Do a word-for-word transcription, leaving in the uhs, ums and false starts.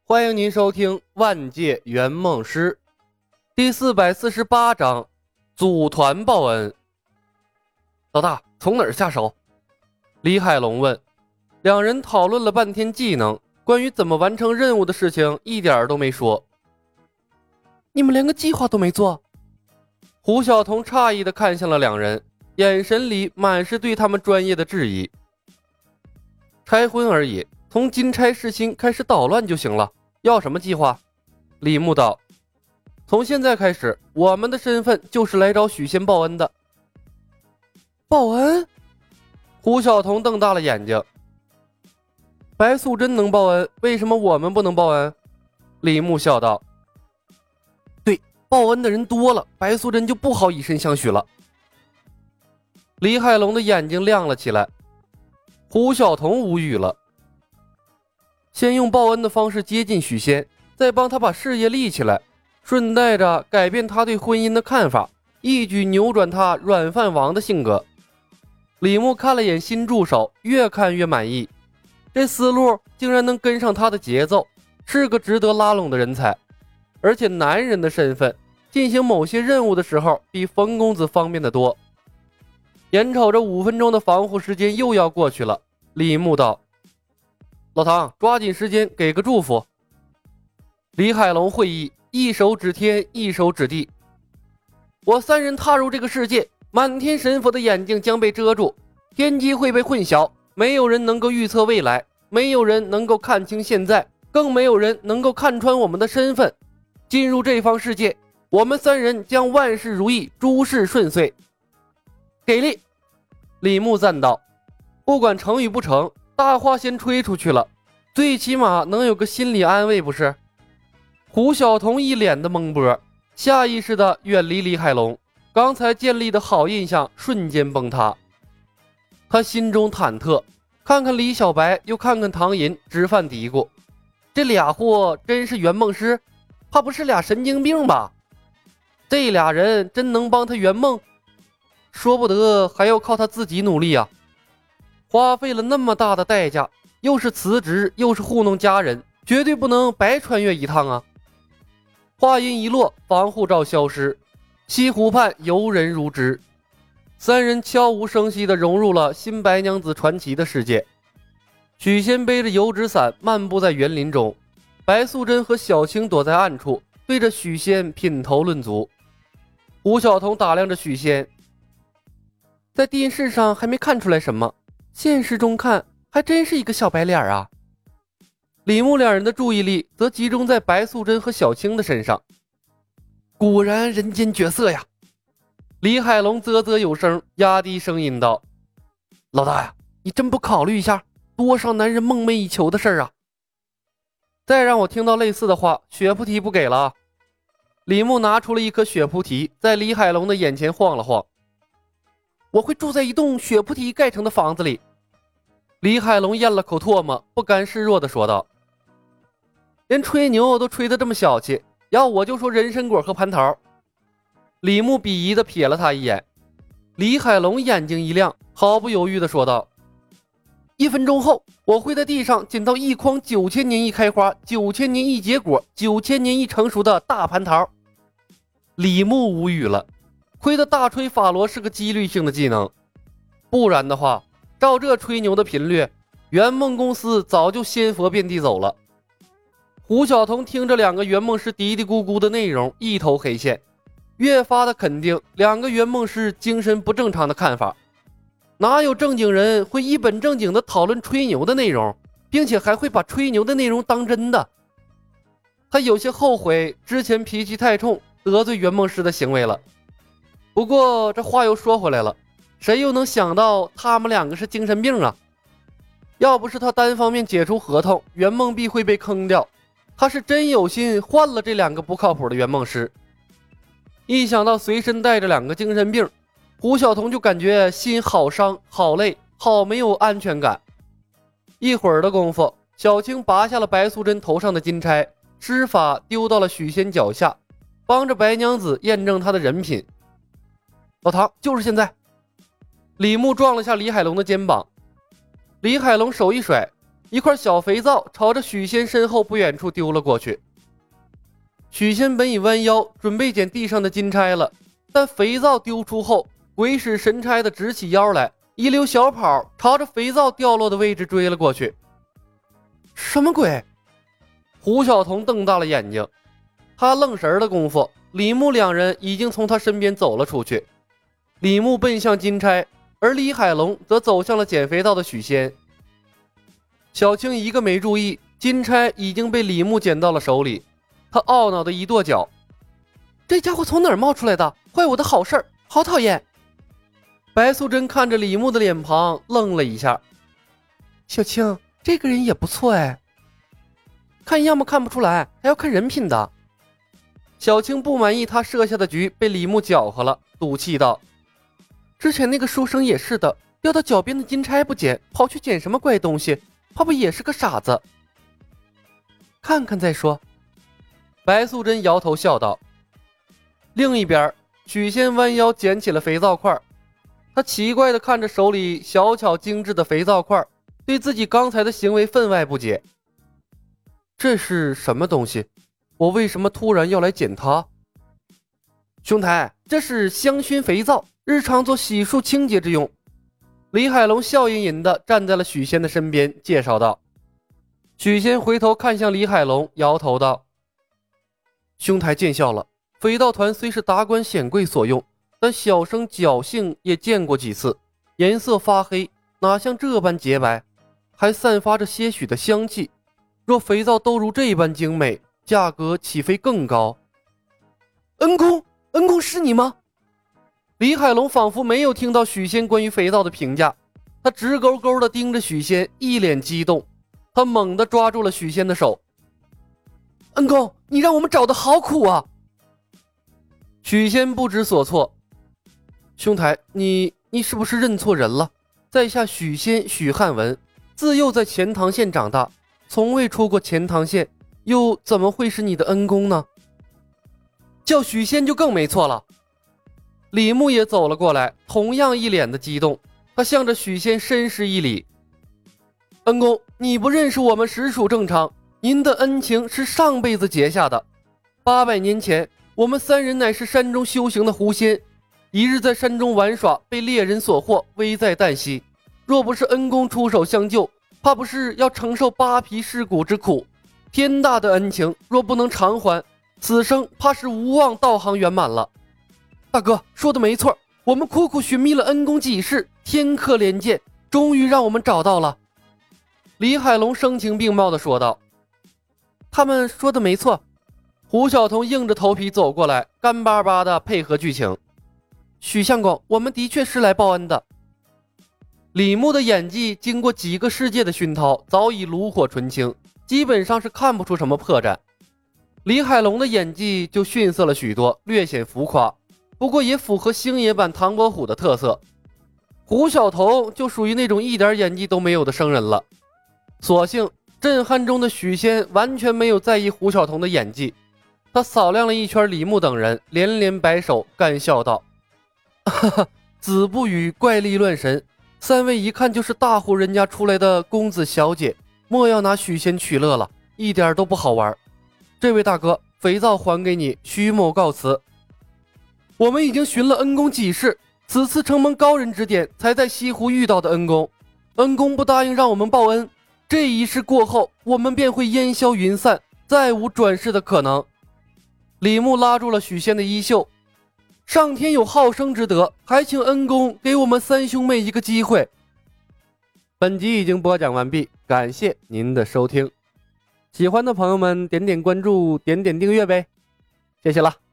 欢迎您收听《万界圆梦师》第四百四十八章组团报恩。老大，从哪儿下手？李海龙问。两人讨论了半天技能，关于怎么完成任务的事情一点都没说。你们连个计划都没做？胡晓彤诧异地看向了两人，眼神里满是对他们专业的质疑。拆婚而已，从金钗弑心开始捣乱就行了，要什么计划？李牧道，从现在开始，我们的身份就是来找许仙报恩的。报恩？胡晓彤瞪大了眼睛。白素贞能报恩，为什么我们不能报恩？李牧笑道。对，报恩的人多了，白素贞就不好以身相许了。李海龙的眼睛亮了起来。胡晓彤无语了。先用报恩的方式接近许仙，再帮他把事业立起来，顺带着改变他对婚姻的看法，一举扭转他软饭王的性格。李牧看了眼新助手，越看越满意，这思路竟然能跟上他的节奏，是个值得拉拢的人才。而且男人的身份进行某些任务的时候比冯公子方便得多。眼瞅着五分钟的防护时间又要过去了，李牧道，老唐，抓紧时间给个祝福。李海龙会意，一手指天，一手指地。我三人踏入这个世界，满天神佛的眼睛将被遮住，天机会被混淆，没有人能够预测未来，没有人能够看清现在，更没有人能够看穿我们的身份。进入这方世界，我们三人将万事如意，诸事顺遂。给力！李牧赞道。不管成与不成，大话先吹出去了，最起码能有个心理安慰，不是？胡晓彤一脸的懵波，下意识地远离李海龙，刚才建立的好印象瞬间崩塌。他心中忐忑，看看李小白，又看看唐寅，直犯嘀咕，这俩货真是圆梦师？怕不是俩神经病吧？这俩人真能帮他圆梦？说不得还要靠他自己努力啊！花费了那么大的代价，又是辞职又是糊弄家人，绝对不能白穿越一趟啊！话音一落，防护罩消失，西湖畔游人如织，三人悄无声息地融入了新白娘子传奇的世界。许仙背着油纸伞漫步在园林中，白素贞和小青躲在暗处，对着许仙品头论足。胡晓彤打量着许仙，在电视上还没看出来什么，现实中看还真是一个小白脸啊。李牧两人的注意力则集中在白素贞和小青的身上。果然人间绝色呀！李海龙啧啧有声，压低声音道，老大呀，你真不考虑一下多少男人梦寐以求的事儿啊！再让我听到类似的话，血菩提不给了。李牧拿出了一颗血菩提，在李海龙的眼前晃了晃。我会住在一栋血菩提盖成的房子里。李海龙咽了口唾沫，不甘示弱地说道。连吹牛都吹得这么小气，要我就说人参果和蟠桃。李牧鄙夷地瞥了他一眼。李海龙眼睛一亮，毫不犹豫地说道，一分钟后我会在地上捡到一筐九千年一开花，九千年一结果，九千年一成熟的大蟠桃。李牧无语了，亏得大吹法罗是个几率性的技能，不然的话，照这吹牛的频率，圆梦公司早就仙佛遍地走了。胡晓彤听着两个圆梦师嘀嘀咕咕的内容，一头黑线，越发的肯定两个圆梦师精神不正常的看法。哪有正经人会一本正经的讨论吹牛的内容，并且还会把吹牛的内容当真的？他有些后悔之前脾气太冲，得罪圆梦师的行为了。不过这话又说回来了，谁又能想到他们两个是精神病啊？要不是他单方面解除合同，圆梦币会被坑掉，他是真有心换了这两个不靠谱的圆梦师。一想到随身带着两个精神病，胡晓彤就感觉心好伤好累，好没有安全感。一会儿的功夫，小青拔下了白素贞头上的金钗，施法丢到了许仙脚下，帮着白娘子验证她的人品。老唐，就是现在！李牧撞了下李海龙的肩膀，李海龙手一甩， 一块小肥皂朝着许仙身后不远处丢了过去。许仙本已弯腰准备捡地上的金钗了，但肥皂丢出后，鬼使神差的直起腰来，一溜小跑朝着肥皂掉落的位置追了过去。什么鬼？胡晓彤瞪大了眼睛，他愣神的功夫，李牧两人已经从他身边走了出去。李牧奔向金钗，而李海龙则走向了捡肥皂的许仙。小青一个没注意，金钗已经被李牧捡到了手里，他懊恼的一跺脚，这家伙从哪儿冒出来的，坏我的好事儿，好讨厌。白素贞看着李牧的脸庞愣了一下，小青，这个人也不错哎。看样貌看不出来，还要看人品的。小青不满意他设下的局被李牧搅和了，赌气道，之前那个书生也是的，掉到脚边的金钗不捡，跑去捡什么怪东西，怕不也是个傻子。看看再说。白素贞摇头笑道。另一边，许仙弯腰捡起了肥皂块，他奇怪地看着手里小巧精致的肥皂块，对自己刚才的行为分外不解。这是什么东西？我为什么突然要来捡它？兄台，这是香薰肥皂，日常做洗漱清洁之用。李海龙笑吟吟地站在了许仙的身边，介绍道。许仙回头看向李海龙，摇头道，兄台见笑了，匪盗团虽是达官显贵所用，但小生侥幸也见过几次，颜色发黑，哪像这般洁白，还散发着些许的香气。若肥皂都如这般精美，价格岂非更高？恩公，恩公是你吗？李海龙仿佛没有听到许仙关于肥皂的评价，他直勾勾地盯着许仙，一脸激动。他猛地抓住了许仙的手。恩公，你让我们找的好苦啊！许仙不知所措。兄台，你你是不是认错人了？在下许仙许汉文，自幼在钱塘县长大，从未出过钱塘县，又怎么会是你的恩公呢？叫许仙就更没错了。李牧也走了过来，同样一脸的激动，他向着许仙深施一礼。恩公，你不认识我们实属正常，您的恩情是上辈子结下的。八百年前，我们三人乃是山中修行的狐仙，一日在山中玩耍，被猎人所获，危在旦夕。若不是恩公出手相救，怕不是要承受扒皮尸骨之苦。天大的恩情，若不能偿还，此生怕是无望道行圆满了。大哥说的没错，我们苦苦寻觅了恩公几世，天客连见，终于让我们找到了。李海龙声情并茂地说道。他们说的没错。胡晓彤硬着头皮走过来，干巴巴地配合剧情。许相公，我们的确是来报恩的。李牧的演技经过几个世界的熏陶，早已炉火纯青，基本上是看不出什么破绽。李海龙的演技就逊色了许多，略显浮夸，不过也符合星爷版唐伯虎的特色。胡晓彤就属于那种一点演技都没有的生人了。所幸震撼中的许仙完全没有在意胡晓彤的演技，他扫亮了一圈李牧等人，连连摆手，干笑道：哈哈，子不语怪力乱神，三位一看就是大户人家出来的公子小姐，莫要拿许仙取乐了，一点都不好玩。这位大哥，肥皂还给你，徐某告辞。我们已经寻了恩公几世，此次承蒙高人指点，才在西湖遇到的恩公。恩公不答应让我们报恩，这一世过后，我们便会烟消云散，再无转世的可能。李牧拉住了许仙的衣袖，上天有好生之德，还请恩公给我们三兄妹一个机会。本集已经播讲完毕，感谢您的收听。喜欢的朋友们点点关注，点点订阅呗，谢谢了。